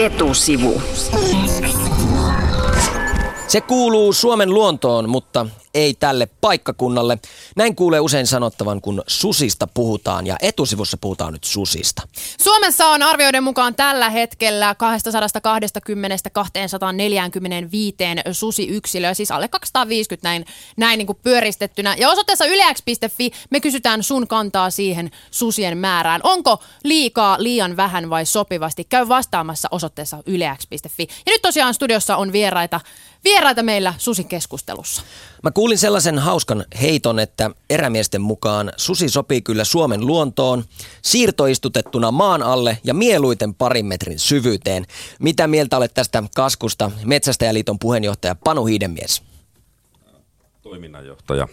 Etusivu. Se kuuluu Suomen luontoon, mutta ei tälle paikkakunnalle. Näin kuulee usein sanottavan, kun susista puhutaan, ja etusivussa puhutaan nyt susista. Suomessa on arvioiden mukaan tällä hetkellä 220-245 susiyksilöä, siis alle 250 näin niin kuin pyöristettynä. Ja osoitteessa ylex.fi me kysytään sun kantaa siihen susien määrään. Onko liikaa, liian vähän vai sopivasti? Käy vastaamassa osoitteessa ylex.fi. Ja nyt tosiaan studiossa on vieraita meillä susikeskustelussa. Mä kuulin sellaisen hauskan heiton, että erämiesten mukaan susi sopii kyllä Suomen luontoon, siirtoistutettuna maan alle ja mieluiten 2 metrin syvyyteen. Mitä mieltä olet tästä kaskusta, Metsästäjäliiton puheenjohtaja Panu Hiidenmies? Toiminnanjohtaja.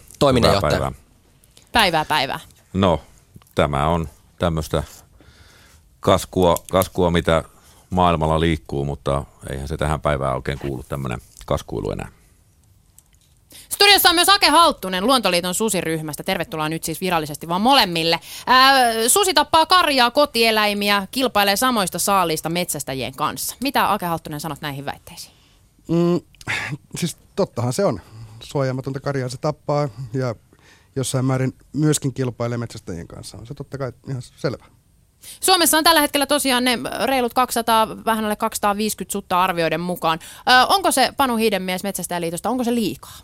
Päivää. No, tämä on tämmöistä kaskua, mitä maailmalla liikkuu, mutta eihän se tähän päivään oikein kuulu tämmöinen kaskuilu enää. Studiossa on myös Ake Halttunen Luontoliiton susiryhmästä. Tervetuloa nyt siis virallisesti vaan molemmille. Susi tappaa karjaa, kotieläimiä, kilpailee samoista saaliista metsästäjien kanssa. Mitä Ake Halttunen sanot näihin väitteisiin? Siis tottahan se on. Suojaamatonta karjaa se tappaa ja jossain määrin myöskin kilpailee metsästäjien kanssa. On se totta kai ihan selvä. Suomessa on tällä hetkellä tosiaan ne reilut 200, vähän alle 250 sutta arvioiden mukaan. Onko se, Panu Hiidenmies Metsästäjäliitosta, onko se liikaa?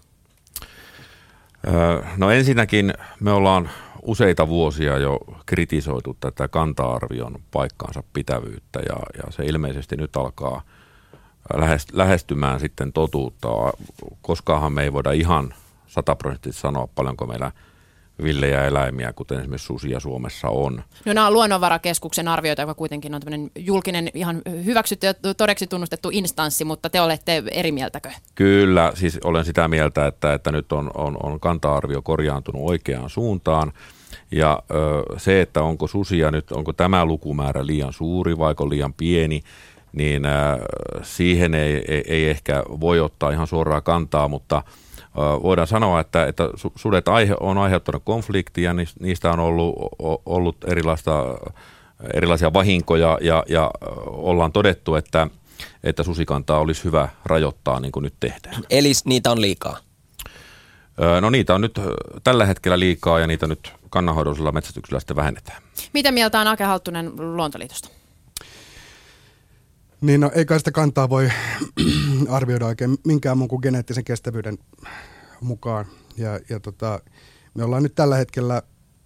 No ensinnäkin me ollaan useita vuosia jo kritisoitu tätä kanta-arvion paikkaansa pitävyyttä ja se ilmeisesti nyt alkaa lähestymään sitten totuutta. Koskaanhan me ei voida ihan 100% sanoa, paljonko meillä villejä eläimiä, kuten esimerkiksi susia Suomessa on. No nämä on Luonnonvarakeskuksen arvioita, joka kuitenkin on tämmöinen julkinen, ihan hyväksytty ja todeksi tunnustettu instanssi, mutta te olette eri mieltäkö? Kyllä, siis olen sitä mieltä, että nyt on kanta-arvio korjaantunut oikeaan suuntaan. Ja se, että onko susia nyt, onko tämä lukumäärä liian suuri vai liian pieni, niin siihen ei ehkä voi ottaa ihan suoraa kantaa, mutta voidaan sanoa, että sudet on aiheuttanut konfliktia, niistä on ollut erilaisia vahinkoja ja ollaan todettu, että susikantaa olisi hyvä rajoittaa niin kuin nyt tehdään. Eli niitä on liikaa? No niitä on nyt tällä hetkellä liikaa ja niitä nyt kannanhoidollisella metsästyksellä sitten vähennetään. Mitä mieltä on Ake Halttunen Luontoliitosta? Niin no, eikä sitä kantaa voi arvioida oikein minkään muun kuin geneettisen kestävyyden mukaan. Me ollaan nyt tällä hetkellä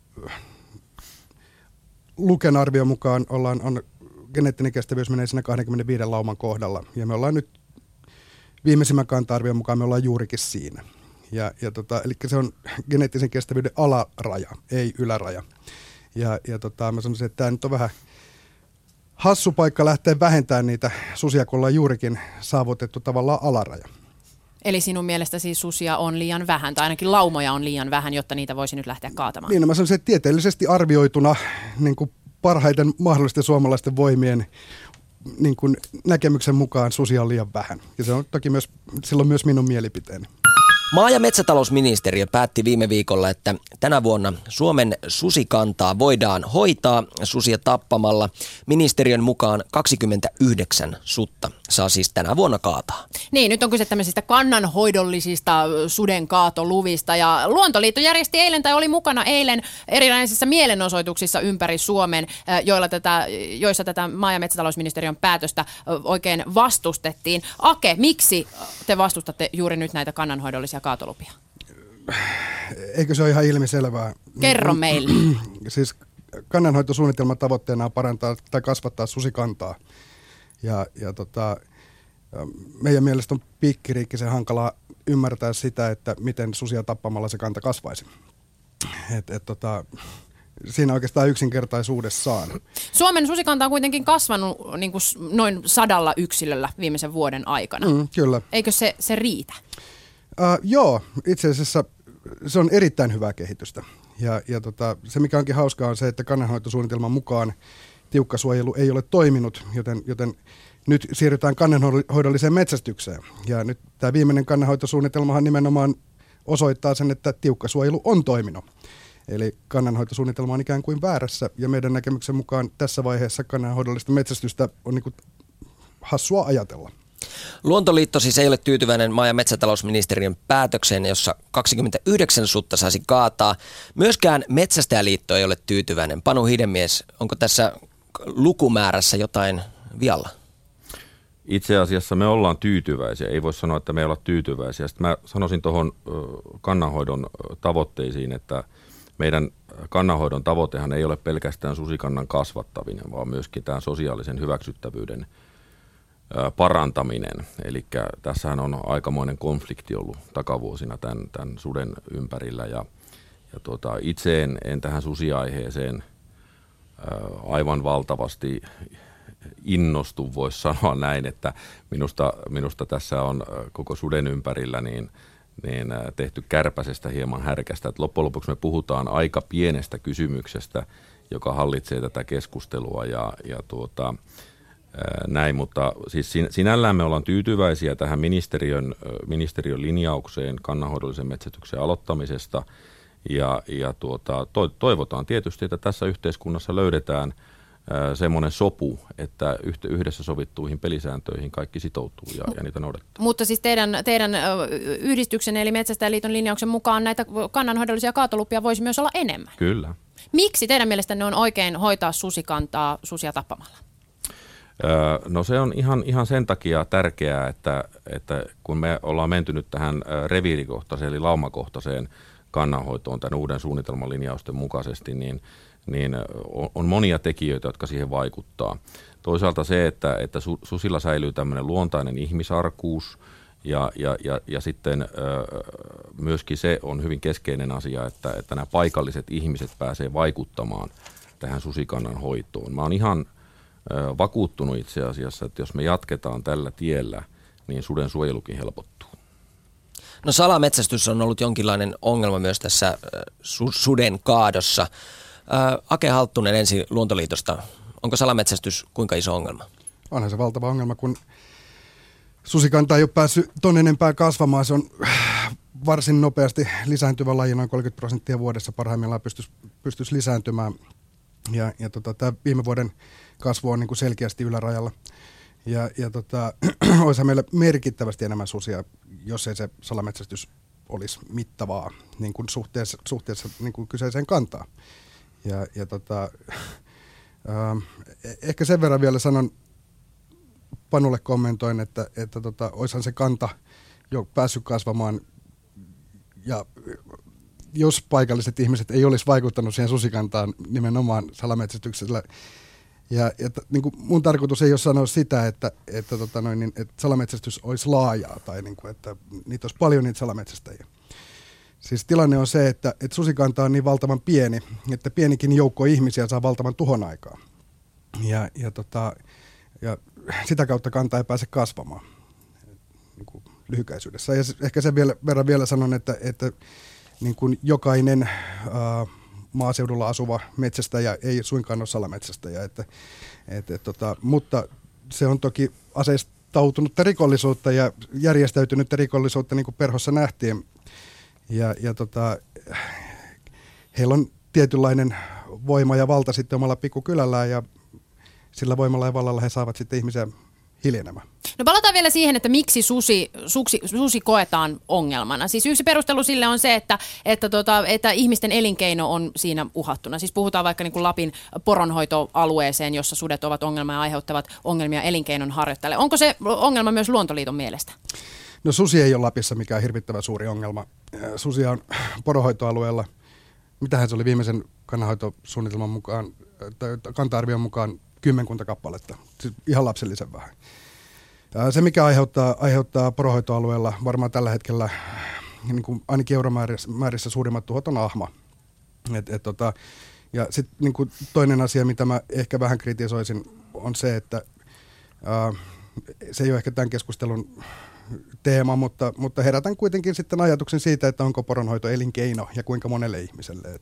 Luken arvion mukaan on geneettinen kestävyys menee siinä 25 lauman kohdalla. Ja me ollaan nyt viimeisimmän kanta-arvion mukaan me ollaan juurikin siinä. Eli se on geneettisen kestävyyden alaraja, ei yläraja. Mä sanoisin, että tämä nyt on vähän hassu paikka lähteä vähentämään niitä susia, kun ollaan juurikin saavutettu tavallaan alaraja. Eli sinun mielestä siis susia on liian vähän, tai ainakin laumoja on liian vähän, jotta niitä voisi nyt lähteä kaatamaan? Niin, mä sanoisin, että tieteellisesti arvioituna niin kuin parhaiten mahdollisten suomalaisten voimien niin kuin näkemyksen mukaan susia on liian vähän. Ja se on toki silloin myös minun mielipiteeni. Maa- ja metsätalousministeriö päätti viime viikolla, että tänä vuonna Suomen susikantaa voidaan hoitaa susia tappamalla. Ministeriön mukaan 29 sutta saa siis tänä vuonna kaataa. Niin, nyt on kyse tämmöisistä kannanhoidollisista sudenkaatoluvista ja Luontoliitto järjesti eilen tai oli mukana eilen erinäisissä mielenosoituksissa ympäri Suomen, joissa tätä maa- ja metsätalousministeriön päätöstä oikein vastustettiin. Ake, miksi te vastustatte juuri nyt näitä kannanhoidollisia kaatolupia? Eikö se ole ihan ilmiselvää? Kerro meille. Siis kannanhoitosuunnitelman tavoitteena on parantaa tai kasvattaa susikantaa. Meidän mielestä on pikkiriikkisen hankalaa ymmärtää sitä, että miten susia tappamalla se kanta kasvaisi. Siinä oikeastaan yksinkertaisuudessaan. Suomen susikanta on kuitenkin kasvanut niin kuin noin 100 yksilöllä viimeisen vuoden aikana. Kyllä. Eikö se riitä? Joo, itse asiassa se on erittäin hyvää kehitystä. Se, mikä onkin hauskaa, on se, että kannanhoitosuunnitelman mukaan tiukka suojelu ei ole toiminut, joten nyt siirrytään kannanhoidolliseen metsästykseen. Ja nyt tämä viimeinen kannanhoitosuunnitelmahan nimenomaan osoittaa sen, että tiukka suojelu on toiminut. Eli kannanhoitosuunnitelma on ikään kuin väärässä, ja meidän näkemyksen mukaan tässä vaiheessa kannanhoidollista metsästystä on niin kuin hassua ajatella. Luontoliitto siis ei ole tyytyväinen maa- ja metsätalousministeriön päätökseen, jossa 29 sutta saisi kaataa. Myöskään Metsästäjäliitto ei ole tyytyväinen. Panu Hiidenmies, onko tässä lukumäärässä jotain vialla? Itse asiassa me ollaan tyytyväisiä. Ei voi sanoa, että me ei olla tyytyväisiä. Sitten mä sanoisin tuohon kannanhoidon tavoitteisiin, että meidän kannanhoidon tavoitehan ei ole pelkästään susikannan kasvattaminen, vaan myöskin tämän sosiaalisen hyväksyttävyyden parantaminen. Eli tässähän on aikamoinen konflikti ollut takavuosina tämän suden ympärillä. Ja itse en tähän susiaiheeseen aivan valtavasti innostu, voisi sanoa näin, että minusta tässä on koko suden ympärillä niin tehty kärpäsestä hieman härkästä. Että loppujen lopuksi me puhutaan aika pienestä kysymyksestä, joka hallitsee tätä keskustelua ja näin, mutta siis sinällään me ollaan tyytyväisiä tähän ministeriön linjaukseen kannanhoidollisen metsästyksen aloittamisesta ja toivotaan tietysti, että tässä yhteiskunnassa löydetään semmoinen sopu, että yhdessä sovittuihin pelisääntöihin kaikki sitoutuu ja niitä noudattaa. Mutta siis teidän yhdistyksen eli Metsästäjäliiton linjauksen mukaan näitä kannanhoidollisia kaatolupia voisi myös olla enemmän. Kyllä. Miksi teidän mielestänne on oikein hoitaa susikantaa susia tappamalla? No se on ihan sen takia tärkeää, että kun me ollaan menty nyt tähän reviirikohtaiseen eli laumakohtaiseen kannanhoitoon tämän uuden suunnitelman linjausten mukaisesti, niin on monia tekijöitä, jotka siihen vaikuttaa. Toisaalta se, että susilla säilyy tämmöinen luontainen ihmisarkuus ja sitten myöskin se on hyvin keskeinen asia, että nämä paikalliset ihmiset pääsee vaikuttamaan tähän susikannan hoitoon. Mä oon ihan vakuuttunut itse asiassa, että jos me jatketaan tällä tiellä, niin suden suojelukin helpottuu. No salametsästys on ollut jonkinlainen ongelma myös tässä suden kaadossa. Ake Halttunen ensin Luontoliitosta. Onko salametsästys kuinka iso ongelma? Onhan se valtava ongelma, kun susikanta ei ole päässyt ton enempää kasvamaan. Se on varsin nopeasti lisääntyvä laji, noin 30% vuodessa parhaimmillaan pystyisi lisääntymään. Ja tämä viime vuoden kasvu on niin kuin selkeästi ylärajalla. Olisihan meillä merkittävästi enemmän susia, jos ei se salametsästys olisi mittavaa niin kuin suhteessa niin kuin kyseiseen kantaan. Ehkä sen verran vielä sanon, Panulle kommentoin, että olisihan se kanta jo päässyt kasvamaan, ja jos paikalliset ihmiset ei olisi vaikuttanut siihen susikantaan nimenomaan salametsästyksellä. Ja niin kuin mun tarkoitus ei ole sanoa sitä, että salametsästys olisi laajaa tai niin kuin, että niitä olisi paljon niitä salametsästäjiä. Siis tilanne on se, että susikanta on niin valtavan pieni, että pienikin joukko ihmisiä saa valtavan tuhon aikaa. Ja sitä kautta kanta ei pääse kasvamaan niin kuin lyhykäisyydessä. Ja ehkä sen verran vielä sanon, että niin kuin jokainen maaseudulla asuva metsästäjä ei suinkaan ole salametsästäjä. Mutta se on toki aseistautunutta rikollisuutta ja järjestäytynyttä rikollisuutta, niin kuin Perhossa nähtiin. Heillä on tietynlainen voima ja valta sitten omalla pikkukylällään, ja sillä voimalla ja vallalla he saavat sitten ihmisiä hiljenemään. No palataan vielä siihen, että miksi susi koetaan ongelmana. Siis yksi perustelu sille on se, että ihmisten elinkeino on siinä uhattuna. Siis puhutaan vaikka niin kuin Lapin poronhoitoalueeseen, jossa sudet ovat ongelma ja aiheuttavat ongelmia elinkeinon harjoittajille. Onko se ongelma myös Luontoliiton mielestä? No susi ei ole Lapissa mikään hirvittävän suuri ongelma. Susia on poronhoitoalueella, mitähän se oli viimeisen kannanhoitosuunnitelman mukaan, kanta-arvion mukaan 10 kappaletta, siis ihan lapsellisen vähän. Se, mikä aiheuttaa poronhoitoalueella varmaan tällä hetkellä, niin kuin ainakin euromäärissä suurimmat tuhot on ahma. Ja sitten niin kuin toinen asia, mitä mä ehkä vähän kritisoisin, on se, että se ei ole ehkä tämän keskustelun teema, mutta herätän kuitenkin sitten ajatuksen siitä, että onko poronhoito elinkeino ja kuinka monelle ihmiselle.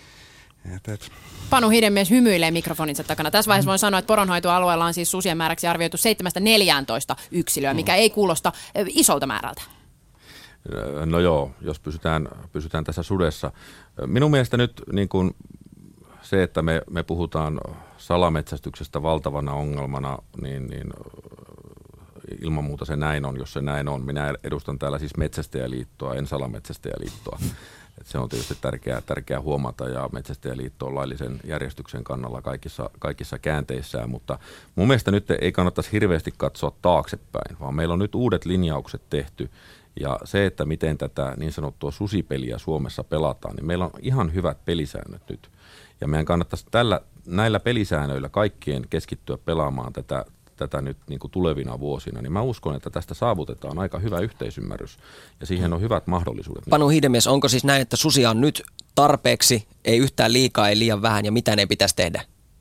Panu Hiidenmies hymyilee mikrofoninsa takana. Tässä vaiheessa voin sanoa, että poronhoitoalueella on siis susien määräksi arvioitu 7-14 yksilöä, mikä ei kuulosta isolta määrältä. No joo, jos pysytään tässä sudessa. Minun mielestä nyt niin kuin se, että me puhutaan salametsästyksestä valtavana ongelmana, niin ilman muuta se näin on, jos se näin on. Minä edustan täällä siis Metsästäjäliittoa, en Salametsästäjäliittoa. Et se on tietysti tärkeää huomata, ja Metsästäjäliitto on laillisen järjestyksen kannalla kaikissa käänteissään, mutta mun mielestä nyt ei kannattaisi hirveästi katsoa taaksepäin, vaan meillä on nyt uudet linjaukset tehty, ja se, että miten tätä niin sanottua susipeliä Suomessa pelataan, niin meillä on ihan hyvät pelisäännöt nyt, ja meidän kannattaisi näillä pelisäännöillä kaikkien keskittyä pelaamaan tätä nyt niin kuin tulevina vuosina, niin mä uskon, että tästä saavutetaan aika hyvä yhteisymmärrys ja siihen on hyvät mahdollisuudet. Panu Hiidemies, onko siis näin, että susia on nyt tarpeeksi, ei yhtään liikaa, ei liian vähän ja mitä ne pitäisi tehdä?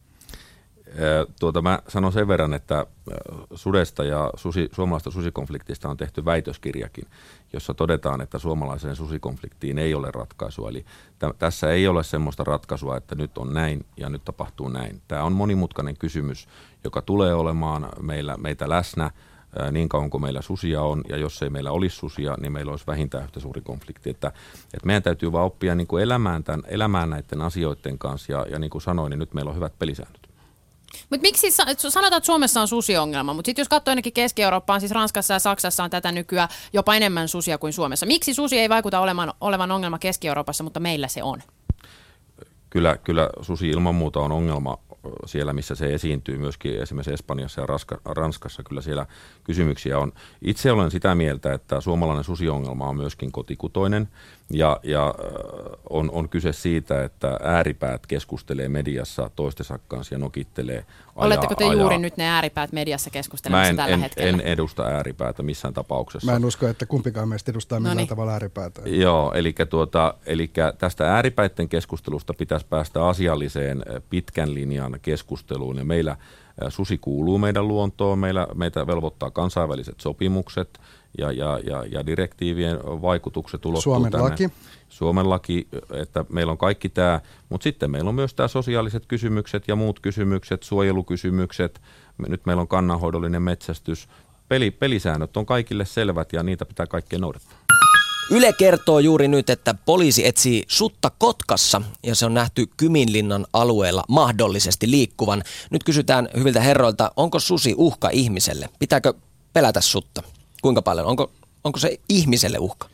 Mä sanon sen verran, että sudesta ja suomalaisesta susikonfliktista on tehty väitöskirjakin, jossa todetaan, että suomalaiseen susikonfliktiin ei ole ratkaisua. Eli tässä ei ole semmoista ratkaisua, että nyt on näin ja nyt tapahtuu näin. Tämä on monimutkainen kysymys, joka tulee olemaan meitä läsnä niin kauan kuin meillä susia on, ja jos ei meillä olisi susia, niin meillä olisi vähintään yhtä suuri konflikti. Että meidän täytyy vaan oppia niin kuin elämään näiden asioiden kanssa, ja niin kuin sanoin, niin nyt meillä on hyvät pelisäännöt. Mutta miksi sanotaan, että Suomessa on susiongelma, mutta sitten jos katsoo ainakin Keski-Eurooppaan, siis Ranskassa ja Saksassa on tätä nykyään jopa enemmän susia kuin Suomessa. Miksi susi ei vaikuta olevan ongelma Keski-Euroopassa, mutta meillä se on? Kyllä susi ilman muuta on ongelma siellä, missä se esiintyy, myöskin esimerkiksi Espanjassa ja Ranskassa kyllä siellä kysymyksiä on. Itse olen sitä mieltä, että suomalainen susiongelma on myöskin kotikutoinen ja on kyse siitä, että ääripäät keskustelee mediassa toistensa kanssa ja nokittelee. Oletteko te juuri nyt ne ääripäät mediassa keskustelemassa tällä hetkellä? En edusta ääripäätä missään tapauksessa. Mä en usko, että kumpikaan meistä edustaa millään tavalla ääripäätä. Joo, eli tästä ääripäiden keskustelusta pitäisi päästä asialliseen pitkän linjan keskusteluun, ja meillä susi kuuluu meidän luontoon, meitä velvoittaa kansainväliset sopimukset ja direktiivien vaikutukset ulottuu Suomen laki, että meillä on kaikki tämä, mutta sitten meillä on myös tämä sosiaaliset kysymykset ja muut kysymykset, suojelukysymykset, nyt meillä on kannanhoidollinen metsästys, pelisäännöt on kaikille selvät ja niitä pitää kaikkien noudattaa. Yle kertoo juuri nyt, että poliisi etsii sutta Kotkassa ja se on nähty Kyminlinnan alueella mahdollisesti liikkuvan. Nyt kysytään hyviltä herroilta, onko susi uhka ihmiselle? Pitääkö pelätä sutta? Kuinka paljon? Onko se ihmiselle uhka?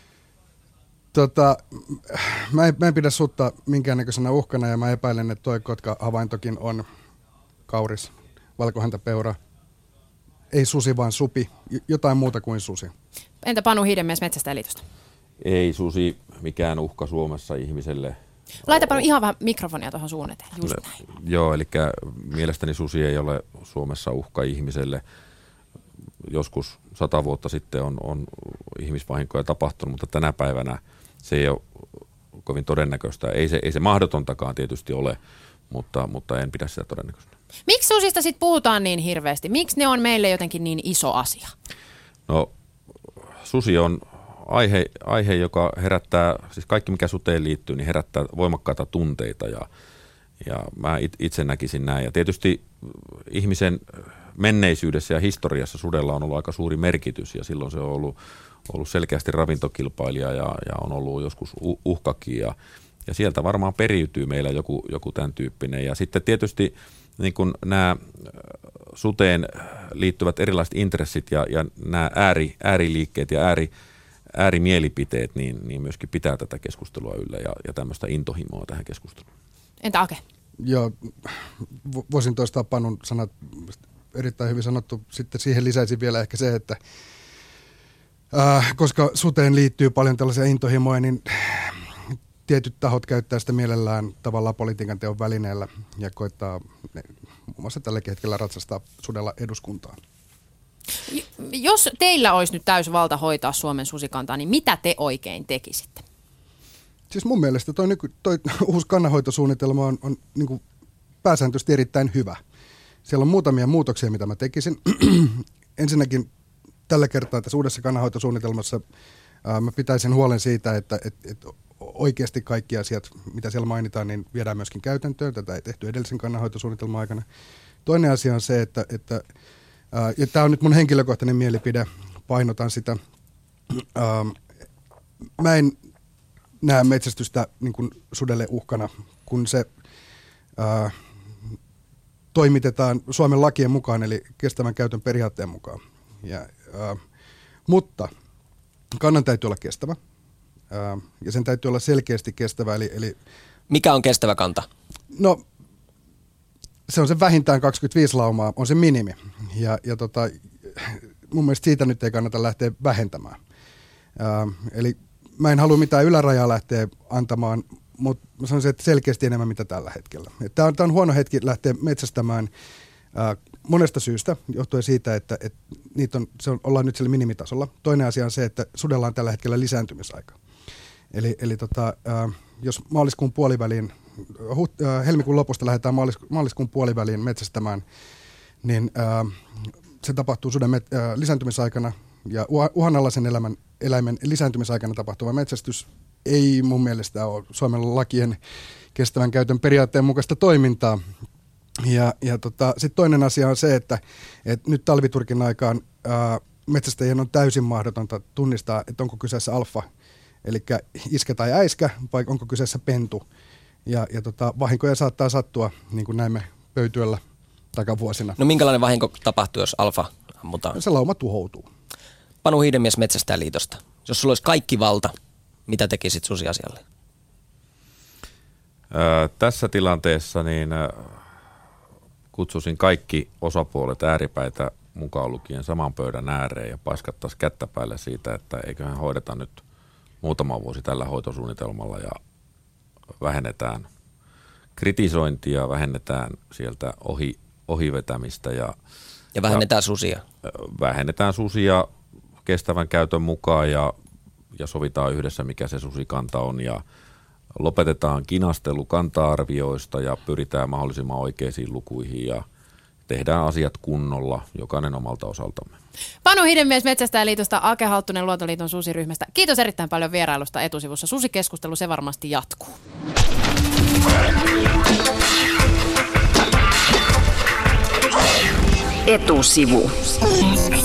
Mä en pidä sutta minkäännäköisenä uhkana ja mä epäilen, että toi Kotka-havaintokin on kauris, valkohäntäpeura. Ei susi, vaan supi. Jotain muuta kuin susi. Entä Panu Hiidemies Metsästäjäliitosta? Ei susi mikään uhka Suomessa ihmiselle. Laita Panu ihan vähän mikrofonia tuohon suun eteen. Just näin. Joo, eli mielestäni susi ei ole Suomessa uhka ihmiselle. Joskus 100 vuotta sitten on ihmisvahinkoja tapahtunut, mutta tänä päivänä se ei ole kovin todennäköistä. Ei se mahdotontakaan tietysti ole, mutta en pidä sitä todennäköistä. Miksi susista sitten puhutaan niin hirveästi? Miksi ne on meille jotenkin niin iso asia? No, susi on aihe, joka herättää, siis kaikki mikä suteen liittyy, niin herättää voimakkaita tunteita ja mä itse näkisin näin. Ja tietysti ihmisen menneisyydessä ja historiassa sudella on ollut aika suuri merkitys ja silloin se on ollut selkeästi ravintokilpailija ja on ollut joskus uhkakin ja sieltä varmaan periytyy meillä joku tämän tyyppinen. Ja sitten tietysti niin kuin nämä suteen liittyvät erilaiset intressit ja nämä ääriliikkeet ja äärimielipiteet, niin myöskin pitää tätä keskustelua yllä ja tämmöistä intohimoa tähän keskusteluun. Entä Ake? Joo, voisin toistaa Panun sanat, erittäin hyvin sanottu. Sitten siihen lisäisin vielä ehkä se, että koska suteen liittyy paljon tällaisia intohimoja, niin tietyt tahot käyttää sitä mielellään tavallaan politiikan teon välineellä ja koittaa muun muassa tälläkin hetkellä ratsastaa sudella eduskuntaan. Jos teillä olisi nyt täysi valta hoitaa Suomen susikantaa, niin mitä te oikein tekisitte? Siis mun mielestä toi uusi kannanhoitosuunnitelma on niin kuin pääsääntöisesti erittäin hyvä. Siellä on muutamia muutoksia, mitä mä tekisin. Ensinnäkin tällä kertaa tässä uudessa kannanhoitosuunnitelmassa mä pitäisin huolen siitä, että oikeasti kaikki asiat, mitä siellä mainitaan, niin viedään myöskin käytäntöön. Tätä ei tehty edellisen kannanhoitosuunnitelman aikana. Toinen asia on se, että ja tämä on nyt mun henkilökohtainen mielipide, painotan sitä. Mä en näe metsästystä niin kuin sudelle uhkana, kun se toimitetaan Suomen lakien mukaan, eli kestävän käytön periaatteen mukaan. Mutta kannan täytyy olla kestävä ja sen täytyy olla selkeästi kestävä. Eli mikä on kestävä kanta? No, se on se vähintään 25 laumaa, on se minimi. Ja mun mielestä siitä nyt ei kannata lähteä vähentämään. Eli mä en halua mitään ylärajaa lähteä antamaan, mutta mä sanoisin, että selkeästi enemmän mitä tällä hetkellä. Tämä on huono hetki lähteä metsästämään monesta syystä, johtuen siitä, että ollaan nyt sillä minimitasolla. Toinen asia on se, että sudella on tällä hetkellä lisääntymisaika. Eli jos maaliskuun puoliväliin, helmikuun lopusta lähdetään maaliskuun puoliväliin metsästämään, niin se tapahtuu suden lisääntymisaikana, ja uhanalaisen eläimen lisääntymisaikana tapahtuva metsästys ei mun mielestä ole Suomen lakien kestävän käytön periaatteen mukaista toimintaa. Ja sitten toinen asia on se, että nyt talviturkin aikaan metsästäjien on täysin mahdotonta tunnistaa, että onko kyseessä alfa, eli iskä tai äiskä, vai onko kyseessä pentu. Ja vahinkoja saattaa sattua, niin kuin näimme pöytyöllä takavuosina. No minkälainen vahinko tapahtuu, jos alfa ammutaan? Se lauma tuhoutuu. Panu Hiidenmies Metsästäjäliitosta. Jos sulla olisi kaikki valta, mitä tekisit susiasialle? Tässä tilanteessa niin kutsusin kaikki osapuolet ääripäitä mukaan lukien saman pöydän ääreen ja paiskattaisiin kättä päälle siitä, että eiköhän hoideta nyt muutama vuosi tällä hoitosuunnitelmalla ja vähennetään kritisointia, vähennetään sieltä ohivetämistä ja vähennetään susia. Vähennetään susia kestävän käytön mukaan ja sovitaan yhdessä, mikä se susikanta on ja lopetetaan kinastelu kanta-arvioista ja pyritään mahdollisimman oikeisiin lukuihin ja tehdään asiat kunnolla, jokainen omalta osaltamme. Panu Hiidenmies Metsästäjäliitosta, Ake Halttunen Luontoliiton susiryhmästä. Kiitos erittäin paljon vierailusta Etusivussa. Susikeskustelu, se varmasti jatkuu. Etusivu.